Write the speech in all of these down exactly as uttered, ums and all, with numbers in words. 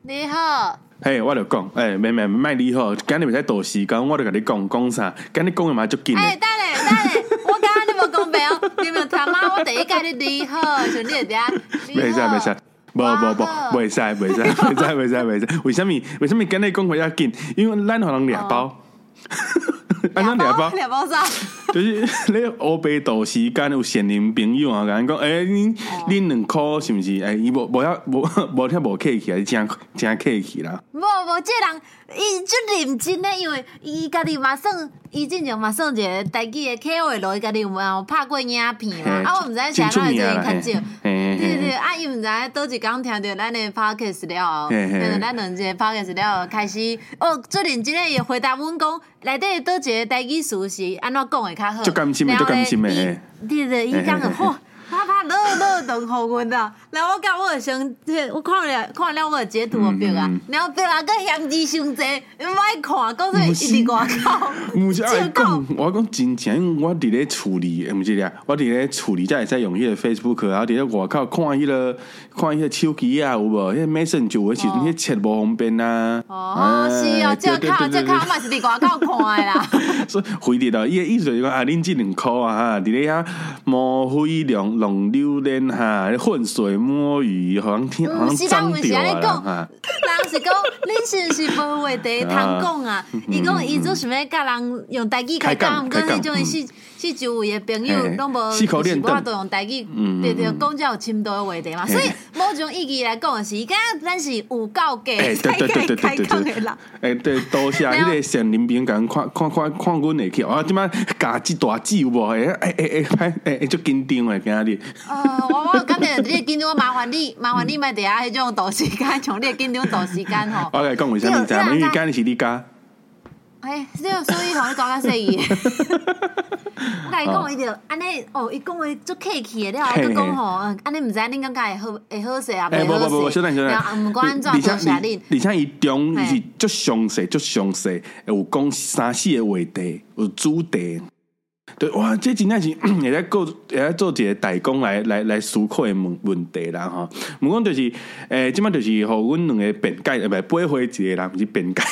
你好。 嘿， hey, 我就讲，诶、欸，没没卖你好，今日袂使倒时间，我就甲你讲讲啥，今日讲诶嘛足紧诶。 哎，等下等下，我刚刚你无讲白哦，你有他妈我第一届你你好，像你会嗲。 袂使袂使，无无无，袂使袂使袂使袂使袂使，为什么？为什么今日讲话要紧？因为咱互人掠包。安怎掠包？ 掠包啥？ 就是你乌白倒时间有善人朋友啊，甲咱讲，诶、欸，恁恁两箍是毋是？诶、欸，伊无无遐无无遐无客气啊，真真客气啦。 无无，这人伊足认真诶，因为伊家己嘛算，伊之前嘛算一个台语诶 K O L， 伊家己有拍过影片嘛，啊，我毋知写哪会做伊较少。对对，啊，伊毋知倒一工听着咱诶 podcast 了后，听着咱两个 podcast 了后，开始哦，最认真诶，伊回答阮讲，内底倒一个台语词是安怎讲会较好。 足甘心诶，足甘心诶。 对对，伊讲个嚯。啪啪乐乐等互阮啊！然后我甲我先，我看了看了我的截图个表啊，然后表啊个嫌字伤济，唔爱看，讲说一直外口。 唔是爱讲，我讲真正我伫咧处理，唔是俩，我伫咧处理才会使用迄个 Facebook， 然后伫咧外口看迄个看迄个手机啊，有无？迄个 Messenger 有时阵迄切无方便啊。 哦，是哦，这靠这靠，我嘛是伫外口看的啦。 所以回dit啊，伊个意思就是讲啊，恁即两箍啊哈，伫咧遐毛飞龙。龙榴莲哈，浑水摸鱼，好像听好像脏掉啊哈。 人是讲，恁是不是无话题通讲啊？伊讲伊做想要甲人用台语开讲，毋过迄种四四周围的朋友拢无，是我都用台语，对对，讲较有深度的话题嘛。所以某种意义来讲，是敢咱是有够格才敢开讲的人。 诶，对，多谢迄个善人朋友看看看看阮会去，啊，即摆加一大字有无？诶诶诶诶诶，足紧张诶，今日。 呃，我我感觉你紧张，我麻烦你，麻烦你莫伫遐迄种大时间，像你紧张大时间吼。 我来讲为啥物知？因为今日是你家。 哎，所以所以同你讲较细意。我甲伊讲，伊就安尼哦，伊讲话足客气的了，佮讲吼，安尼毋知恁感觉会好会好势啊，袂好势。 不不不，小等小等，毋管安怎多谢恁。 而且伊中伊是足详细足详细，有讲三四个话题，有主题。对，哇，这真正是会来做会来做一个代工来来来思考的问问题啦吼。毋讲就是，诶、欸，即摆就是互阮两个辩解，呃，不背回一个人，毋是辩解。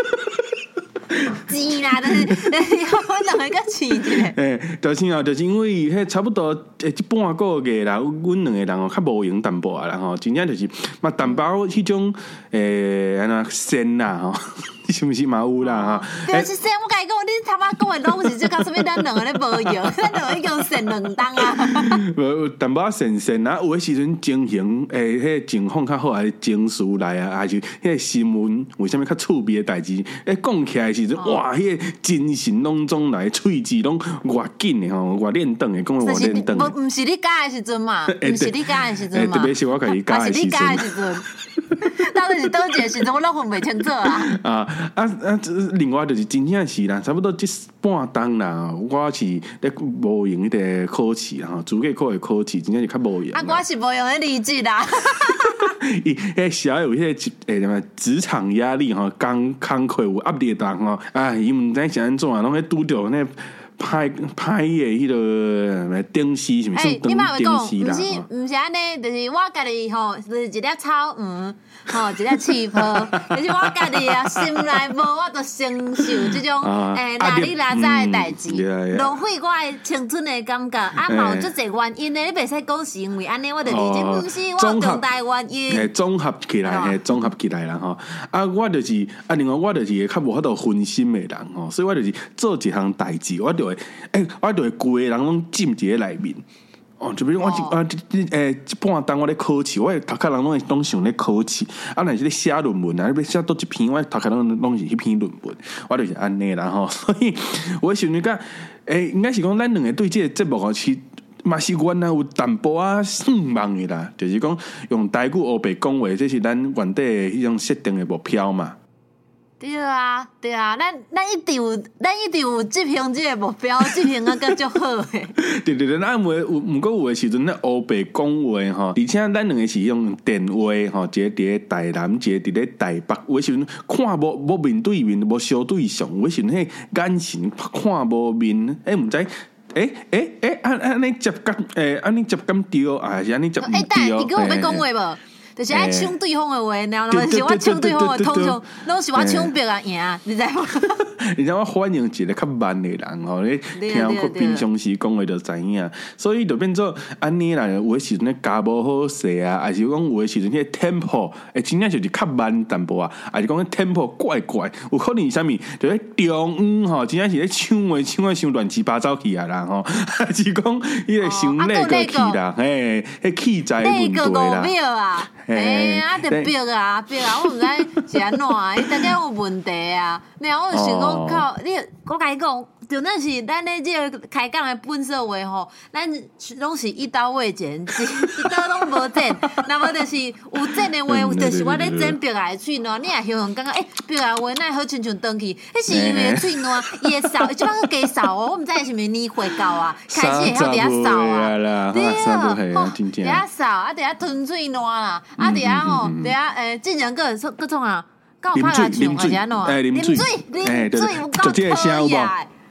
钱啦，就是我两个个钱一个。 诶，就是啊，就是因为迄差不多诶一半个月啦，阮两个人哦较无闲淡薄啊啦吼，真正就是嘛淡薄迄种诶安那仙啦吼。是毋是嘛有啦哈？就是说，我甲伊讲，你他妈讲的拢是即到什么？咱两个咧无用，咱两个已经神两当啊！ 无淡薄仔神神啊，有诶时阵情形诶，迄个情况较好，还是情绪来啊，还是迄个新闻为虾米较趣味诶代志？诶，讲起来时阵，哇，迄个精神拢总来，喙齿拢偌紧诶吼，偌练顿诶，讲偌练顿。 无，毋是你教诶时阵嘛，毋是你教诶时阵嘛， 特别是我甲伊教诶时阵。到底是倒一个时阵，我拢分袂清楚啊！ 啊啊啊！另外就是真正是啦，差不多即半冬啦，我是咧无用迄个考试啦，资格考的考试，真正是较无用。 啊，我是无用咧理智啦。 伊迄小有迄个诶什么职场压力吼，工工课有压力的吼，啊，伊毋知是安怎啊，拢咧拄着那。歹歹诶，迄个顶丝是毋是顶顶丝啦？ 毋是毋是安尼，就是我家己吼，就是一粒草鱼，吼，一粒气泡，就是我家己啊，心内无，我就承受即种诶拉里拉杂诶代志，浪费我诶青春诶感觉。啊，嘛有足侪原因诶，你袂使讲是因为安尼，我就理解毋是我重大原因。 诶，综合起来，诶，综合起来啦吼。啊，我就是啊，另外我就是较无法度分心诶人吼，所以我就是做一项代志，我就。诶、欸，我就会规个人拢浸伫咧内面。哦，就比如我一啊，诶，一半当我咧考试，我头壳人拢会拢想咧考试。啊，若是咧写论文啊，要写倒一篇，我头壳拢拢是迄篇论文，我就是安尼啦吼。所以，我想你讲，诶、欸，应该是讲咱两个对这个节目哦，是嘛是原来有淡薄啊希望的啦，就是讲用台语黑白讲话，这是咱原底迄种设定的目标嘛。 对啊，对啊，咱咱一直有，咱一直有执行这个目标，执行啊个足好诶。 对对对，咱有有，毋过有诶时阵，咱黑白讲话吼，而且咱两个是用电话吼，一个伫咧台南，一个伫咧台北。有诶时阵看无无面对面，无相对上，有诶时阵迄眼神看无面，诶毋知。诶诶诶，安安尼接感，诶安尼接感对，还是安尼接毋对？ 诶，但你跟我要讲话无？ 就是爱抢对方的话，然后就是我抢对方的，通常拢是我抢别人赢，你知无？ 你知我反应一个较慢的人吼，你听我平常时讲的就知影，所以就变做安尼啦。有的时阵咧加无好势啊，还是讲有的时阵迄个 tempo， 诶，真正就是较慢淡薄啊，还是讲 tempo 怪怪，有可能是啥物？就咧中央吼，真正是咧抢话抢啊抢乱七八糟去啊啦吼，还是讲迄个伤那个去啦，嘿，迄器材问题啦。 秒啊，哎，啊，得标啊标啊，我毋知是安怎啊，伊大概有问题啊。然后我就想讲，靠，你我甲你讲，就那是咱咧即个开讲的本色话吼，咱拢是一刀未剪，一刀拢无剪。那么就是有剪的话，就是我咧剪标啊的喙烂，你也想想感觉，诶，标啊话那好亲像转去，迄是因为喙烂，伊会扫，即摆去加扫哦，我毋知是毋是年岁到啊，开始会晓伫遐扫啊，对啊，伫遐扫啊，伫遐吞喙烂啦，啊，伫遐吼，伫遐诶，竟然个个创啊！跟我拍下球还是安怎？ 哎，啉水， 啉水，有够讨厌。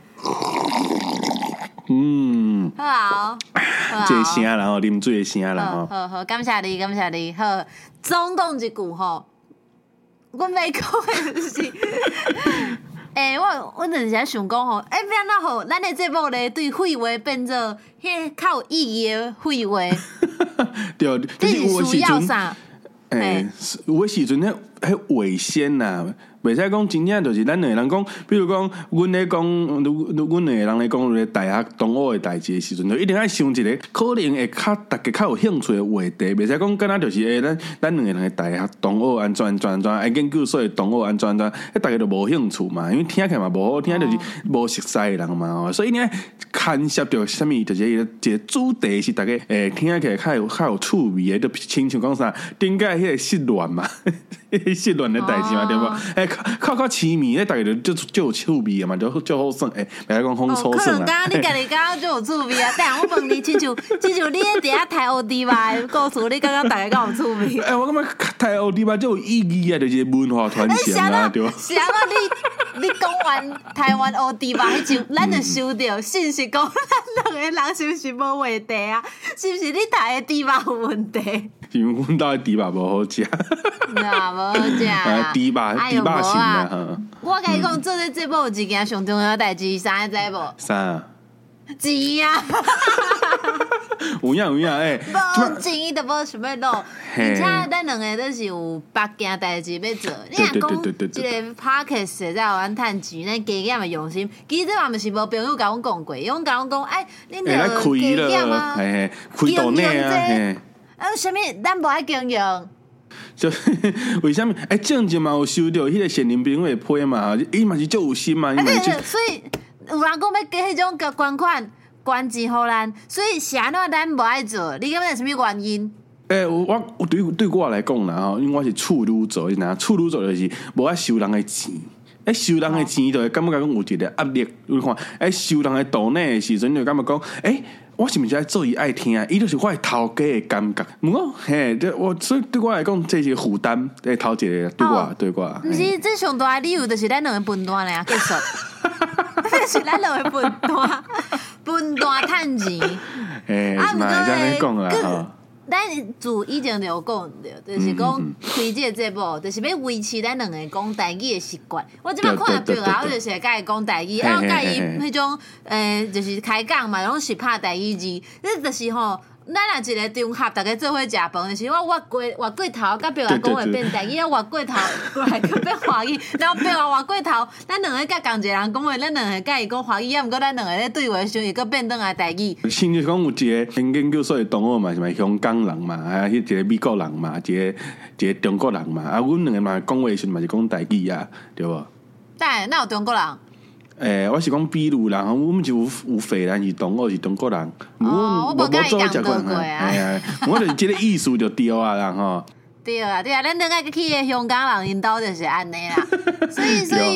嗯， 好， 这个声啦吼，啉水的声啦吼。 好好，感谢你，感谢你。好，总讲一句吼，我袂讲的就是，诶、欸，我我就是在想讲吼，诶、欸，变哪好，咱的节目咧对废话变做迄较有意义的废话。 对，就是有需要啥？ 诶，有的时阵迄迄尾先呐，袂使讲真正就是咱两个人讲，比如讲，阮咧讲，如如阮两个人咧讲咧大学同学的代志的时阵，就一定爱想一个可能会较大家较有兴趣的话题，袂使讲敢若就是诶，咱咱两个人的大学同学安怎安怎安怎，爱研究所的同学安怎安怎，迄大家就无兴趣嘛，因为听起来嘛无好听，就是无熟悉的人嘛，所以你爱牵涉到啥物，就是一个一个主题是大家诶听起来较有较有趣味的，就亲像讲啥，顶解迄个失恋嘛，失恋的代志嘛，对无？诶，靠靠痴迷，咧大家就就就有趣味嘛，就就好耍。诶，袂使讲风粗耍啦。 可能刚刚你家己讲就有趣味啊，但我问你，亲像亲像你伫遐台欧迪吧故事，你刚刚大家讲有趣味。 诶，我感觉台欧迪吧就有意义啊，就是文化传承啊，对吧？ 是啊，你你讲完台湾欧迪吧，迄就咱就收到信息讲，咱两个人是不是无话题啊？是不是你台的迪吧有问题？ 因为阮兜的猪肉无好食， 那无好食啊！ 猪肉猪肉心啊！ 我甲你讲，做这节目有一件上重要的代志，啥你知无？ 啥？ 钱啊！ 有影有影诶！ 无钱伊都无想要攞，而且咱两个都是有别件代志要做。你若讲即个 podcast 在玩趁钱，咱加减的用心，其实这嘛毋是无朋友甲阮讲过，伊讲甲阮讲，哎，恁着加减啊， 开岛内啊！ 啊，啥物？咱无爱经营。 就为什么？哎、欸，正经嘛有收到迄个现金兵的批嘛，伊嘛是足有心嘛，伊嘛是。 所以有人讲要加迄种捐款、捐钱互咱，所以是安怎咱无爱做？你感觉是啥物原因？ 诶、欸，我我对对我来讲啦吼，因为我是处女座，哪处女座就是无爱收人的钱。诶，收人的钱就会感觉讲有一个压力。你看，诶，收人的岛内的时阵，就感觉讲，诶、欸。我是毋是爱做伊爱听？伊就是我的头家的感觉。毋过嘿，我所以对我来讲，这是负担。诶，头一个对我、哦、对我。 毋是，这上大的理由就是咱两个分担咧，结束。这是咱两个分担，分担趁钱。 诶，啊，毋过咧，讲啦吼。 咱自以前就有讲着，就是讲开这个节目，就是要维持咱两个讲台语的习惯。我即摆看表啊，我就是会甲伊讲台语，啊，甲伊迄种诶，就是开讲嘛，拢是拍台语字，你就是吼。咱若一个场合，大家做伙食饭，就是我越过越过头，甲表阿讲会变台语，啊越过头过来去变华语，然后表阿越过头，咱两个甲共一个人讲话，咱两个甲伊讲华语，啊，毋过咱两个咧对话时，伊个变转来台语。 甚至讲有一个研究所的同学嘛，是嘛香港人嘛，啊，迄一个美国人嘛，一个一个中国人嘛，啊，阮两个嘛讲话时嘛是讲台语啊，对无？ 但哪有中国人？ 诶、欸，我是讲比如啦，我们就有有费兰是同学是中国人， 哦，我无做食过啊， 哎呀，我就是即个意思就对啊啦吼。 对啊，对啊，咱等下去个香港人因兜就是安尼啦，所以所以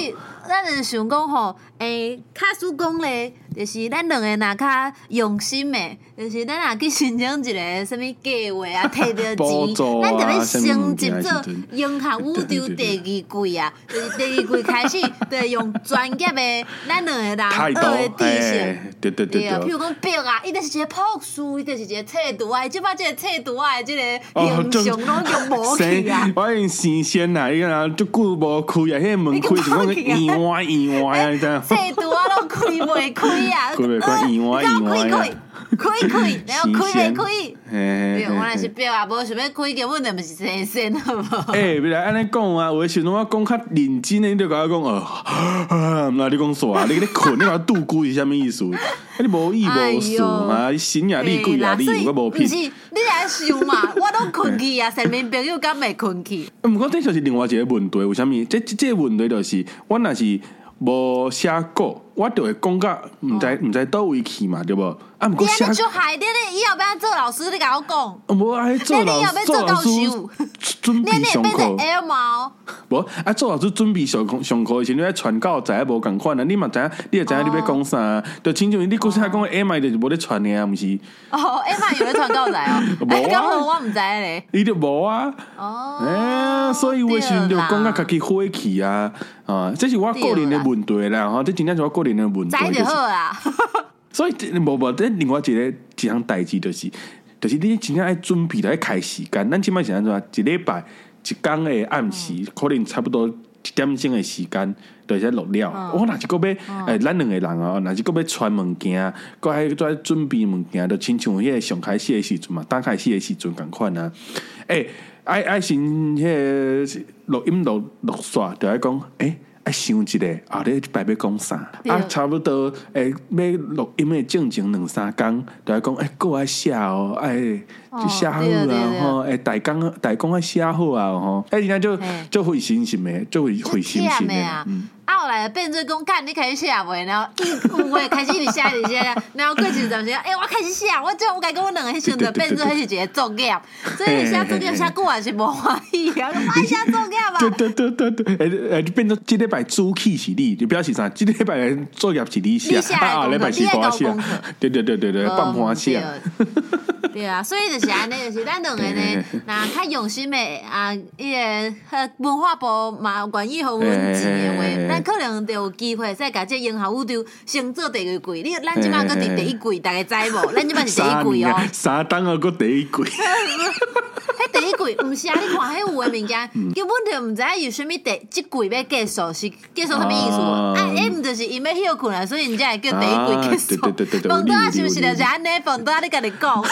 咱就想讲吼，诶，卡叔讲咧，就是咱两个若较用心诶，就是咱若去申请一个什物计划啊，摕到钱，咱就要升级做英雄宇宙第二季啊，就是第二季开始，就用专业诶，咱两个人学诶知识， 对对对对， 譬如讲笔啊，伊就是一个朴素，伊就是一个册图啊，即摆即个册图啊诶，即个形象拢用无去啊。 我已经新鲜啦，伊个人足久无开啊，迄个门开就讲个圆歪圆歪啊，你知影？ 册图啊，拢开袂开啊， 开袂开圆歪圆歪啊， 开开，然后开袂开。 对， 我若是表啊，无想要开，根本就毋是新鲜，好无？ 诶，别来安尼讲啊，有诶时阵我讲较认真诶，你就甲我讲哦，毋知你讲啥，你咧困，你甲我度孤是啥物意思？你无意无事嘛，心也理鬼也理，我无骗。 毋是，你来想嘛，我拢困去啊，身边朋友敢袂困去？ 毋过这就是另外一个问题，为虾米？这这个问题就是，我若是无写稿，我就会讲甲毋知毋知倒位去嘛，对无？啊，毋过写。 你就害你咧，以后要做老师，你甲我讲。 无爱做老师，做老师准备上课。 L 毛。 无啊，做老师准备上课上课的时，你咧传教知影无共款啊？你嘛知影，你也知影你要讲啥？就亲像你古时讲 M I 就是无咧传的啊，毋是？ 哦 ，M I 有咧传教知哦。无啊，我毋知咧。 伊就无啊。 哦。 哎，所以有时阵就讲甲家己火气啊，啊，这是我个人的问题啦，吼，这真正是我个人的问题。 知就好啦。 所以无无，这另外一个一项代志就是，就是你真正爱准备来开时间。咱即摆是安怎？一礼拜一工的暗时，可能差不多一点钟的时间，就是录了。嗯、我若是个要，嗯、诶，咱两个人哦，若是个要传物件，个还在准备物件，就亲像迄个上开始的时阵嘛，刚开始的时阵共款啊。诶、欸，爱爱先迄个录音录录煞，就爱讲诶。爱想一个，后日一摆要讲啥？啊，差不多诶，要录音的正经两三工，就爱讲诶，够爱写哦，哎，就写好啊吼，诶，大纲大纲爱写好啊吼，诶，人家就就会心心的，就会会心心的。嗯， 啊，后来变做讲，干你开始写袂，然后一有诶开始一直写一直写，然后过一阵时，诶，我开始写，我这我甲讲我两个迄时阵变做迄是一个作业，所以写作业写久也是无欢喜啊，爱写作业嘛。 对对对对对，诶诶，变做即礼拜主气是你，就表示啥？即礼拜作业是你写，啊，礼拜是我写。对对对对对，放欢写。 对啊，所以就是安尼，就是咱两个呢，若较用心的啊，伊个文化部嘛愿意互阮钱的话，咱可能就有机会再甲这英雄宇宙升做第二季。你咱即摆搁伫第一季，大家知无？咱即摆是第一季哦。 三档啊，搁第一季。 迄第一季毋是啊，你看迄有诶物件，根本就毋知影有啥物第即季要结束，是结束啥物意思？啊，迄毋就是因要休困啊，所以人家会叫第一季结束。蹦多啊，是毋是就是安尼？蹦多啊，你家己讲。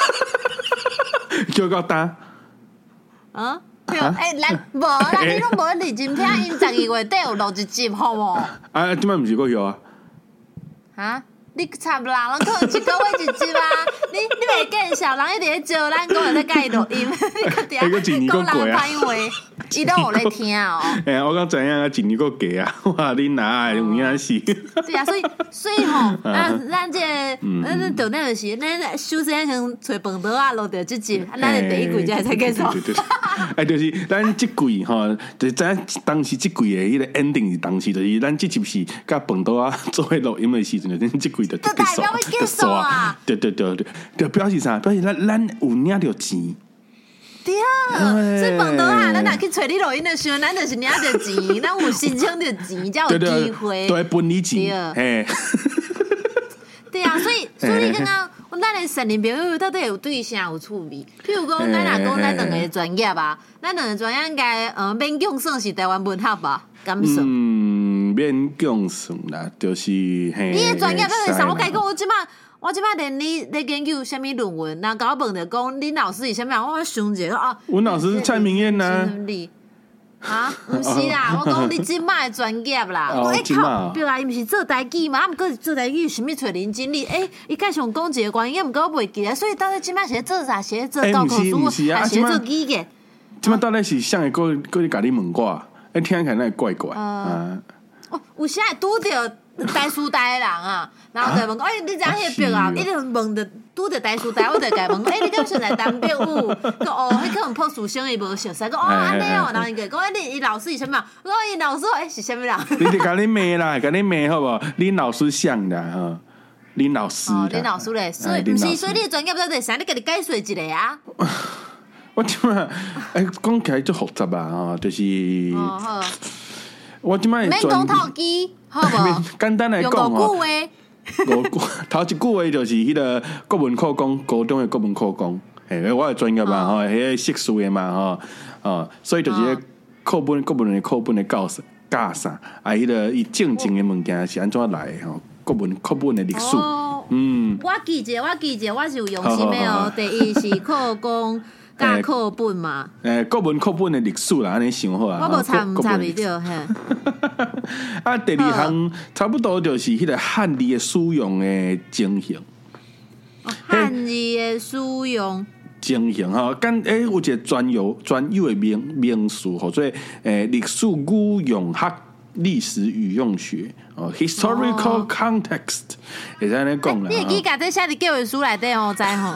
叫到单。 啊？哎，咱无啦，你拢无认真听，因十二月底有录一集，好无？ 啊，即摆毋是搁有啊？ 哈？你差啦，人可能一个月一集啊！你你袂见小人一直咧招咱，讲在甲伊录音，你搁伫遐讲人歹话，伊都有咧听哦。 哎，我讲知影啊，一年搁加啊，哇！你哪会有影是？ 对啊，所以所以吼，啊，咱这咱重点就是咱首先先找饭桌啊，录着即集，咱的第一季才才结束。 哎，就是咱即季吼，就是咱当时即季的迄个 ending 是当时就是咱即集是甲饭桌啊做伙录音的时阵，就即季。 就代表要结束啊！ 对对对对，就表示啥？表示咱咱有领着钱。 对啊，所以饭桌啊，咱若去找你录音的时候，咱就是领着钱，咱有申请着钱，才有机会。 对，分你钱。嘿。 对啊，所以所以刚刚咱的成年朋友到底有对啥有趣味？譬如讲，咱若讲咱两个专业啊，咱两个专业应该呃勉强算是台湾文学吧？敢算？ 嗯，勉强算啦，就是嘿。 你的专业到底啥？我甲你讲，我即摆我即摆连你咧研究啥物论文，然后甲我问着讲，恁老师是啥物？我想者啊， 阮老师是蔡明燕呐。 啊，毋是啦，我讲你即摆的专业啦，我一靠，表啊，伊毋是做台语嘛，啊，毋过做台语是物找林经理，诶，伊介绍讲一个关于，毋过我袂记啊，所以到底即摆是做啥？是做教科书，还是做语言？ 即摆到底是啥个？过过去甲你问我，诶，听起来那怪怪啊。 哦，有啥会拄着台书台的人啊，然后就问讲，哎，你知影迄个标啊？伊就问着拄着台书台，我就甲问，哎，你敢是来当兵有？佮哦，迄可能朴树生伊无熟悉，讲哦安尼哦，然后伊就讲，哎，你伊老师是啥物人？我讲伊老师哎是啥物人？ 你得甲你骂啦，甲你骂好无？恁老师像啦吼，恁老师。 哦，恁老师咧，所以毋是，所以你的专业到底啥？你家己解说一下啊。 我即摆哎讲起来足复杂啊，吼，就是。哦好。我即摆免讲头机，好无？ 简单来讲吼。 用五句话。 五句头一句话就是迄个国文课纲，高中的国文课纲，嘿，我的专业嘛吼，迄个硕士的嘛吼，哦，所以就是迄课本国文的课本的教教啥，啊，迄个伊正经的物件是安怎来的吼？国文课本的历史，嗯， 我记者，我记者，我是有用心的哦。第一是课纲。教课本嘛， 诶，国文课本的历史啦，安尼想好啊。 我无查唔查袂着嘿。 啊，第二项差不多就是迄个汉字的使用的情形。 汉字的使用情形吼，跟诶有一个专有专有的名名词，或者诶历史语用学。历史语用学哦 ，historical context， 会安尼讲啦。 你会记甲这写伫教科书内底吼，知吼？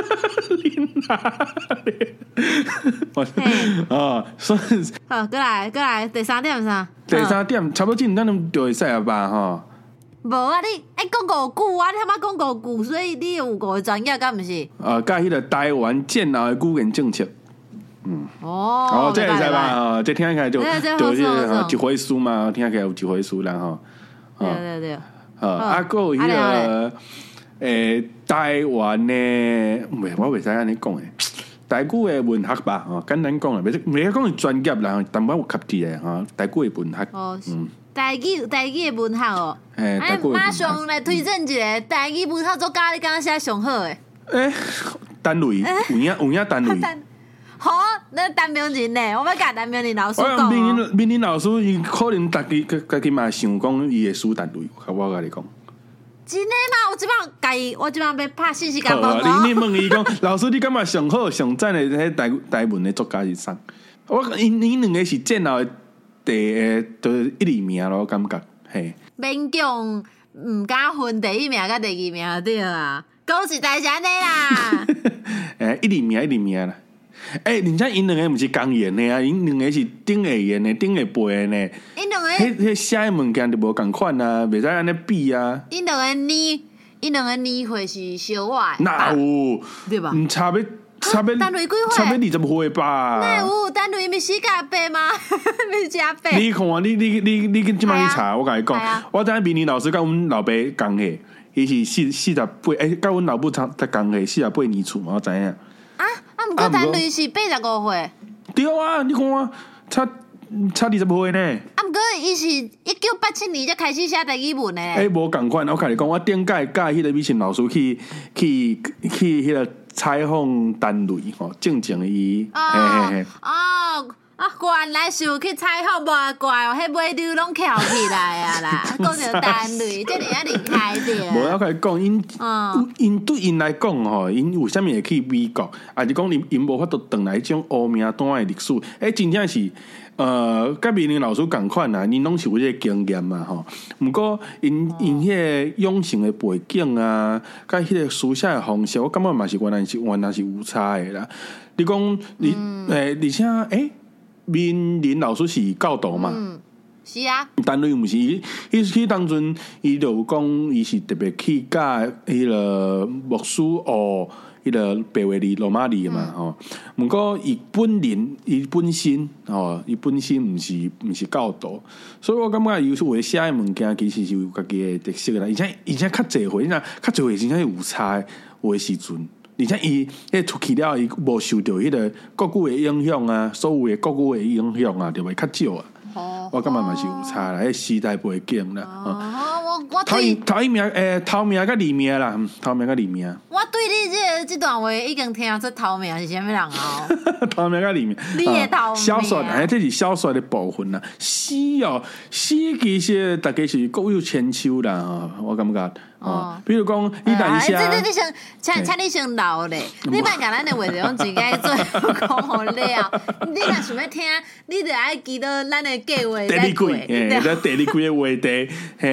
哦，所以好，过来，过来，第三点啥？ 第三点，差不多今咱就会使啊吧吼。 无啊，你哎讲五句啊，你他妈讲五句，所以你有五个专业，敢毋是？ 呃，甲迄个台湾建校的语言政策。嗯，哦，哦，这会使吧？哦，这听起来就就是一回书嘛，听起来有一回书啦吼。 对对对。 好，啊，还有迄个诶，台湾的，袂，我袂使安尼讲诶，台语的文学吧，吼，简单讲啦，袂袂讲是专业啦，淡薄有较低诶，吼，台语的文学。哦， 嗯，台语台语的文学哦，诶，马上来推荐一个台语文学作家，你敢写上好诶？ 诶，单位有影有影单位。 好，那陈明仁呢？我要甲陈明仁老师讲。 明仁明仁老师，伊可能家己家己嘛想讲伊的书单位，我甲你讲。 真的吗？我即摆家己，我即摆要拍信息甲问我。你你问伊讲，老师你感觉上好上赞的迄台台文的作家是啥？我因因两个是建校的第诶，就是一二名咯，我感觉嘿。 勉强毋敢分第一名甲第二名对啊，讲实在是安尼啦。 诶，一二名一二名啦。诶、欸，人家因两个毋是共演的啊，因两个是顶下演的，顶下背的呢。 因两个， 迄迄写的物件就无共款啊，袂使安尼比啊。 因两个年，因两个年岁是小我的。 哪有？ 对吧？ 毋差别差别， 单位几岁？ 差别二十岁吧？ 哪有？单位咪四加八吗？咪加八？ 你看啊，你你你你即摆去查，我甲你讲，啊、我知影明年老师甲阮老爸共下，伊是四四十八，诶，甲阮老母差才共下四十八年厝嘛，我知影。 啊啊！毋过单位是八十五岁。 对啊，你看啊，差差二十岁呢。 啊，毋过伊是一九八七年才开始写台语文的。 诶，无共款，我甲你讲，我顶届甲迄个美琴老师去去去迄个采访单位吼，正正伊。 哦哦。啊，原来是有去采访，无怪哦，迄尾溜拢翘起来啊啦，讲着单位，这尔啊厉害着。 无我甲你讲，因因对因来讲吼，因为虾米会去美国，啊，就讲因因无法度转来种乌名单的历史，诶，真正是呃，甲明年老师共款啊，因拢是有这个经验嘛吼。毋过因因迄个养成的背景啊，甲迄个书写的方式，我感觉嘛是原来是原来是有差的啦。你讲你诶，而且诶。明仁老师是教导嘛？ 嗯，是啊。 单位毋是伊，伊迄当阵伊就讲，伊是特别去教迄个牧师学迄个白话字、罗马字嘛吼。毋过伊本人伊本身吼，伊本身毋是毋是教导，所以我感觉伊有写诶物件其实是有家己诶特色啦。而且而且较侪回，较侪回真正有差有诶时阵。而且伊迄出去了，伊无受到迄个国语的影响啊，所有的国语的影响啊，就会较少啊。哦，我感觉嘛是有差啦，迄时代背景啦。 哦，我我头一头一名诶，头名甲二名啦，头名甲二名。 我对你这这段话已经听出头名是啥物人哦。 头名甲二名， 你的头名。 小说，哎，这是小说的部分啦。诗哦，诗其实大家是各有千秋啦，我感觉。哦，比如讲，你等一下， 这这你先，请请你先留咧，你莫甲咱的话题用自己做讲好了。你若想要听，你就爱记得咱的计划。 第二季，诶，第二季的话题，嘿，就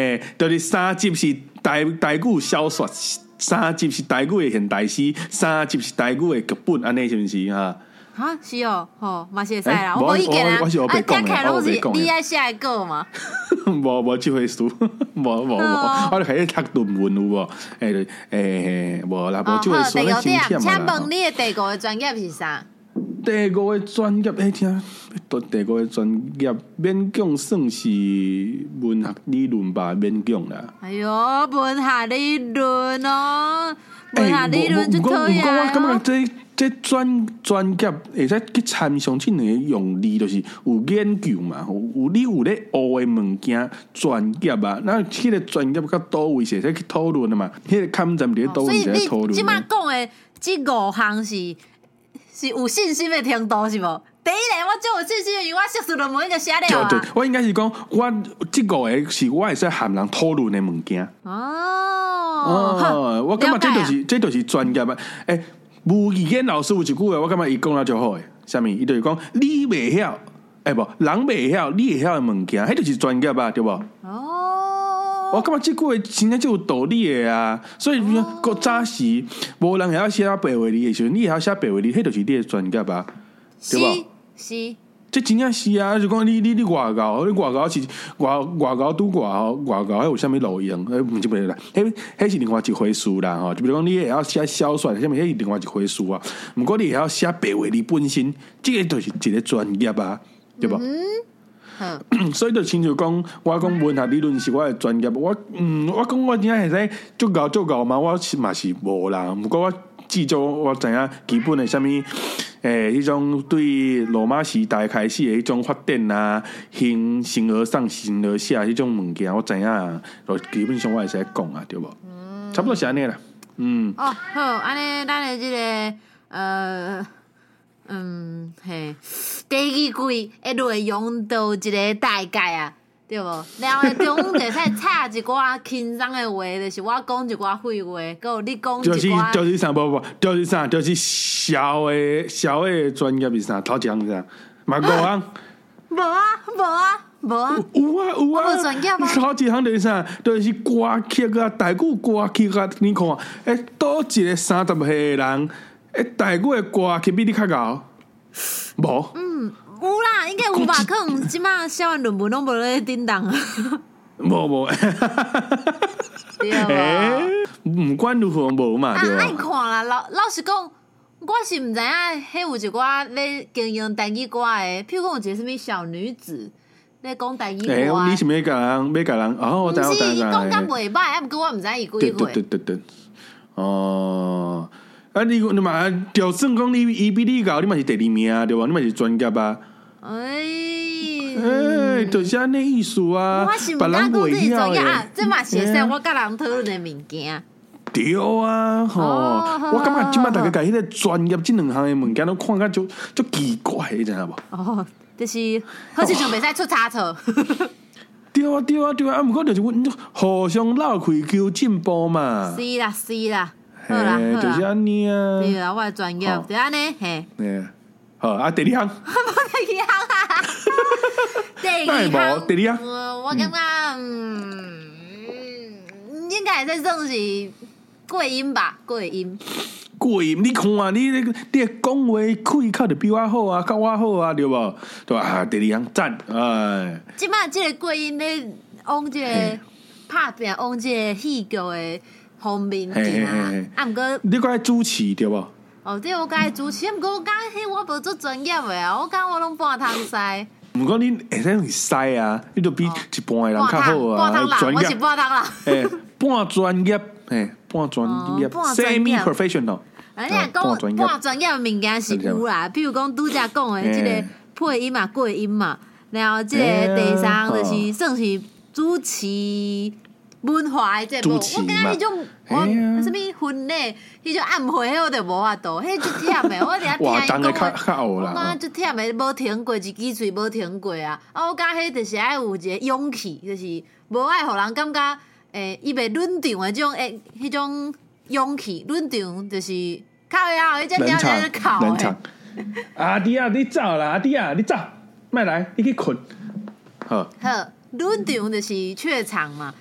就是三集是台台语小说，三集是台语的现代诗，三集是台语的剧本，安尼是毋是哈？ 哈是哦，吼嘛是会使啦，我无意见啊，啊，听起来拢是你爱写的歌嘛？ 无无即回事，无无无，我著开始读论文有无？诶诶，无啦，无即回事。 第五点，请问你的第五个专业是啥？ 第五个专业，诶，听，第五个专业勉强算是文学理论吧，勉强啦。 哎哟，文学理论哦，文学理论就可以啊。 我感觉这。这专专业会使去参详即两个用字，就是有研究嘛，有你有咧学的物件专业啊，那迄个专业到倒位是会使去讨论的嘛？迄、那个坎站伫倒位是在讨论。所以你即摆讲的即五项是是有信心的程度是无？第一个我最有信心的，因为我硕士论文已经写了啊。 对对，我应该是讲我即五个是我会使含人讨论的物件。 哦哦，我感觉这就是这就是专业啊！诶、欸。吴语言老师有一句话，我感觉伊讲了就好诶。啥物？伊就是讲你袂晓，哎不，人袂晓，你会晓诶物件，迄就是专业吧，对无？哦，我感觉这句话真正就有道理诶啊！所以你讲，国早时无人会晓写白话字诶时阵，你会晓写白话字，迄就是你诶专业吧？对无？ 是。 这真正是啊！就讲你你你外交，你外交是外外交拄外吼，外交迄有啥物路用？诶，唔知袂啦，迄迄是另外一回事啦吼。就比如讲，你会晓写小说，啥物迄是另外一回事啊。毋过你会晓写白话字本身，这个就是一个专业啊，对无？嗯，所以就亲像讲，我讲文学理论是我的专业，我嗯，我讲我真正会使足够足够嘛，我是嘛是无啦。毋过我至少我知影基本的啥物。诶，迄种对罗马时代开始的迄种发展啊，形形而上、形而下迄种物件，我知影，就基本上我会使讲啊，对无？嗯，差不多是安尼啦。嗯。 哦，好，安尼咱的即、這个呃，嗯，嘿，第二季诶内容都有一个大概啊，对无？然后中就使插一寡轻松的话，就是我讲一寡废话，佮有你讲一寡。 就是就是啥？无无，就是啥？就是小的小的专业是啥？头一项是啥？嘛五项。 无啊，无啊，无啊。 有啊有啊。 无专业啊。 头一项就是啥？就是歌曲啊，台语歌曲啊，你看，诶，倒一个三十岁的人，诶，台语的歌曲比你较高？无。嗯。 有啦，应该有吧？可能即马写完论文拢无咧叮当啊。 无无。 对啊。 毋管如何无嘛，对吧？ 啊，爱看啦。老老实讲，我是毋知影，迄有一寡咧经营台语歌诶，譬如讲有一个啥物小女子咧讲台语歌。诶， 你是要甲人，要甲人？哦，我知我知。 毋是，伊讲甲袂歹，啊，毋过我毋知伊几岁。 对对对对。哦。啊，你你嘛，就算讲你伊比你高，你嘛是第二名对吧？你嘛是专业啊。哎，哎，就是安尼意思啊！ 我是毋敢讲这是专业啊，这嘛是说我甲人讨论的物件。 对啊，吼！我感觉即摆大家甲迄个专业即两项的物件都看甲足足奇怪，你知影无？ 哦，就是好似就袂使出差错。 对啊，对啊，对啊！啊，毋过就是阮互相闹开求进步嘛。 是啦，是啦，好啦，好啦， 就是安尼啊。 对啊，我的专业就安尼，嘿。 对。好啊，第二项。 第二项啊！第二项， 第二项， 我我感觉嗯，应该会使算是过音吧，过音。 过音，你看啊，你你你讲话开口就比我好啊，较我好啊，对无？对啊，第二项赞，哎。 即摆即个过音咧，往即个拍拼，往即个戏剧的方面行啊。啊，毋过你该主持对无？ 哦，对，我该主持，毋过我感觉迄我无做专业的啊，我感觉我拢半桶师。 毋过你会使用师啊，你都比一般的人较好啊。 半桶人，我是半桶人。 诶，半专业，诶，半专业 ，semi professional。 人家讲半专业的物件是有啦，比如讲拄则讲的即个配音嘛、过音嘛，然后即个第三就是算是主持。文化的节目，我感觉迄种我啥物婚礼，迄种暗会，我就无法度，迄就忝的。我伫遐听伊讲，我感觉就忝的，无停过，一支嘴无停过啊！啊，我感觉迄就是爱有一个勇气，就是无爱互人感觉，诶，伊袂冷场的种诶，迄种勇气，冷场就是靠呀，迄种了在靠诶。 阿弟啊，你走啦！阿弟啊，你走，莫来，你去困。好。 好，冷场就是怯场嘛。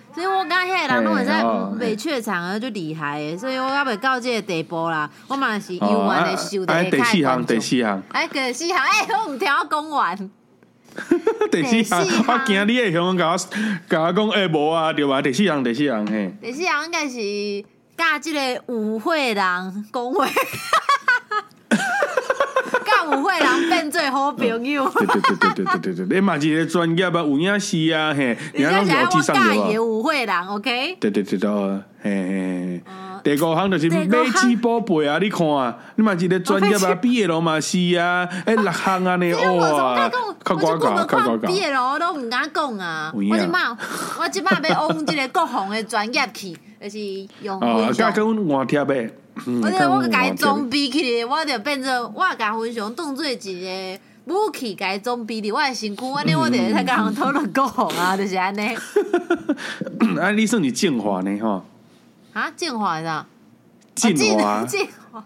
所以我感觉遐个人拢会使袂怯场啊，就厉害诶。所以我还袂到这个地步啦，我嘛是永远的受着第四项，第四项， 哎，第四项，哎，我唔听我讲完。 第四项，我惊你会向甲我甲我讲，哎，无啊，对吧？第四项，第四项，嘿。 第四项应该是甲即个舞会人讲话。甲舞会人变做好朋友。 对对对对对对对，你嘛是一个专业啊，有影视啊，嘿， 你讲起来我介意的舞会人 ，OK？ 对对对对，嘿嘿。第五项就是买鸡宝贝啊！你看啊，你嘛是一个专业啊，毕业了嘛是啊，哎六项安尼哇， 较寡寡，较寡寡。毕业了我都唔敢讲啊，我即摆我即摆要往即个各行的专业去，就是用分享。 哦，甲阮换贴呗。 我者我甲伊装逼起，我就变做我甲分享当做一个武器，甲伊装逼伫我的身躯，安尼我就会使甲人讨论各行啊，就是安尼。 啊，你算是进化呢吼？ 啊，进化是啥？ 进化， 进化。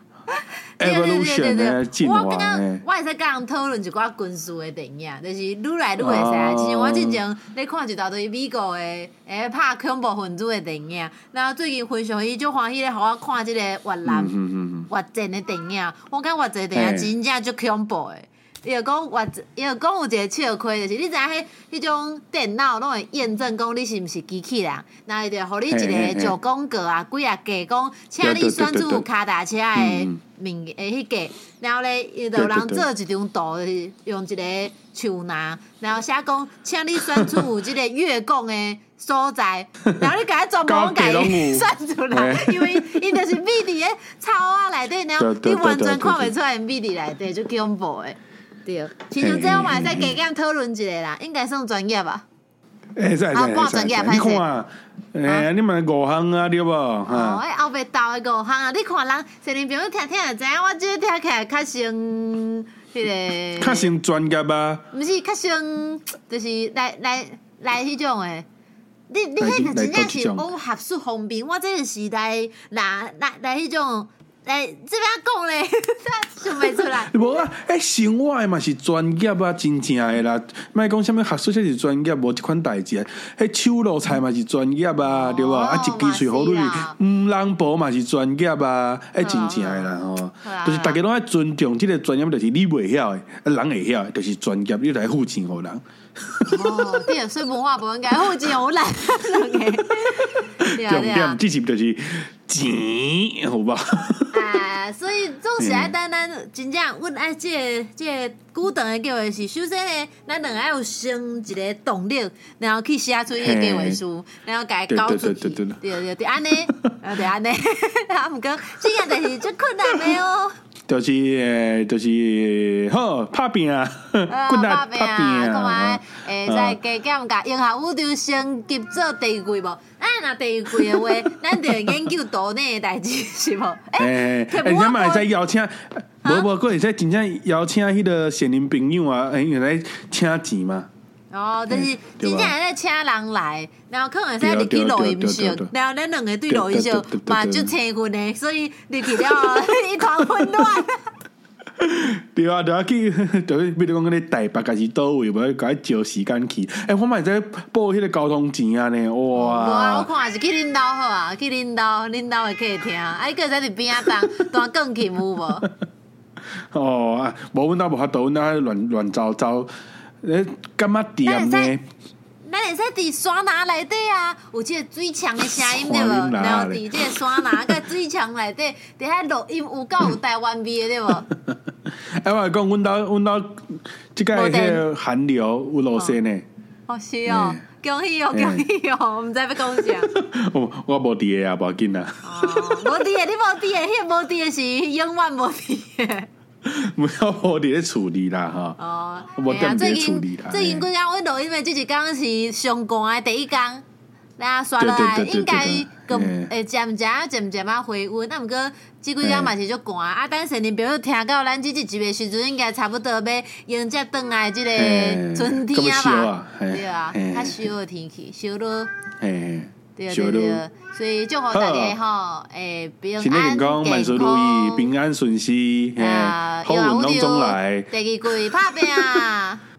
evolution 的进化。 我刚刚我会使甲人讨论一寡军事的电影，就是愈来愈会使啊。之前我之前咧看一大堆美国的诶拍恐怖分子的电影，然后最近非常伊足欢喜咧，互我看即个越南越战的电影。我感觉越战电影真正足恐怖的。伊就讲越，伊就讲有一个笑亏，就是你知影迄迄种电脑拢会验证讲你是毋是机器人，然后伊就互你一个九宫格啊，几啊格讲，请你选出脚踏车的名诶迄个，然后咧伊就人做一张图，就是用一个手拿，然后写讲，请你选出有即个越共的所在，然后你甲伊全部甲伊选出来，因为伊就是秘伫咧草啊内底，然后你完全看袂出来秘伫内底，就恐怖诶。对，其实这我嘛会使加减讨论一下啦，应该算专业吧。 会使会使， 半专业你看，诶，你嘛五项啊，对无？ 哦，诶，后壁斗的五项啊，你看人成年朋友听听就知影，我即个听起来较像迄个。 较像专业啊。 毋是较像，就是来来来迄种诶。你你迄个真正是往学术方面，我这个时代来来来迄种。来，这边讲咧，想袂出来。 无啊，诶，生活诶嘛是专业啊，真正诶啦。莫讲啥物学术才是专业，无即款代志啊。迄手路菜嘛是专业啊，对无？啊，一支喙好你，毋人步嘛是专业啊，诶，真正诶啦吼。就是大家拢爱尊重即个专业，就是你袂晓诶，人会晓诶，就是专业，你来付钱互人。 哦，对，所以文化部应该付钱互人， 重点其实就是钱，好吧？ 啊，所以总是爱等咱真正，阮爱即个即个久长的计划是，首先咧，咱两个爱有生一个动力，然后去写出伊个计划书，然后甲伊交出去，对对对，安尼，啊对安尼，啊毋过这样就是足困难的哦。 就是诶，就是好拍拼啊， 滚打拍拼啊，看卖诶，再加减甲英校武场升级做第二季无？啊，若第二季的话，咱就研究岛内的代志是无？诶， 而且嘛会使邀请，无无，佫会使真正邀请迄个善人朋友啊，诶，用来请钱嘛。 哦，就是真正会使请人来，然后可能会使入去录音室，然后咱两个对录音室嘛就青分的，所以入去了一团混乱。 对啊，对啊，去，就是比如讲，你台北家是倒位，无甲伊招时间去。诶，我嘛会使报迄个交通钱啊呢，哇！无啊，我看是去恁兜好啊，去恁兜，恁兜会客厅，啊，伊个在伫边仔当当更勤有无？ 哦啊，无阮兜无法度，阮兜乱乱糟糟。诶，感觉甜呢？ 咱会使伫山林内底啊，有即个水枪的声音对无？然后伫即个山林甲水枪内底，伫遐录音有够有台湾味的对无？ 哎，我讲，阮兜阮兜即个迄个寒流有路线呢。 哦，是哦，恭喜哦，恭喜哦，毋知要讲啥。 我我无伫的啊，无要紧啊。 哦，无伫的，你无伫的，迄无伫的是永远无伫的。 没有我伫咧处理啦哈， 哦， 我踮伫咧处理啦。 最近几工阮录音的即一工是上寒的第一工，然后刷落来应该个会渐渐渐渐啊回温，啊毋过即几工嘛是足寒啊。等新年朋友听到咱即一集的时阵，应该差不多要迎接转来即个春天啊吧？对啊，较烧的天气，烧落。对对对，所以祝福大家吼，诶，平安健康， 万事如意，平安顺遂，好运拢总来。 第二季拍拼啊！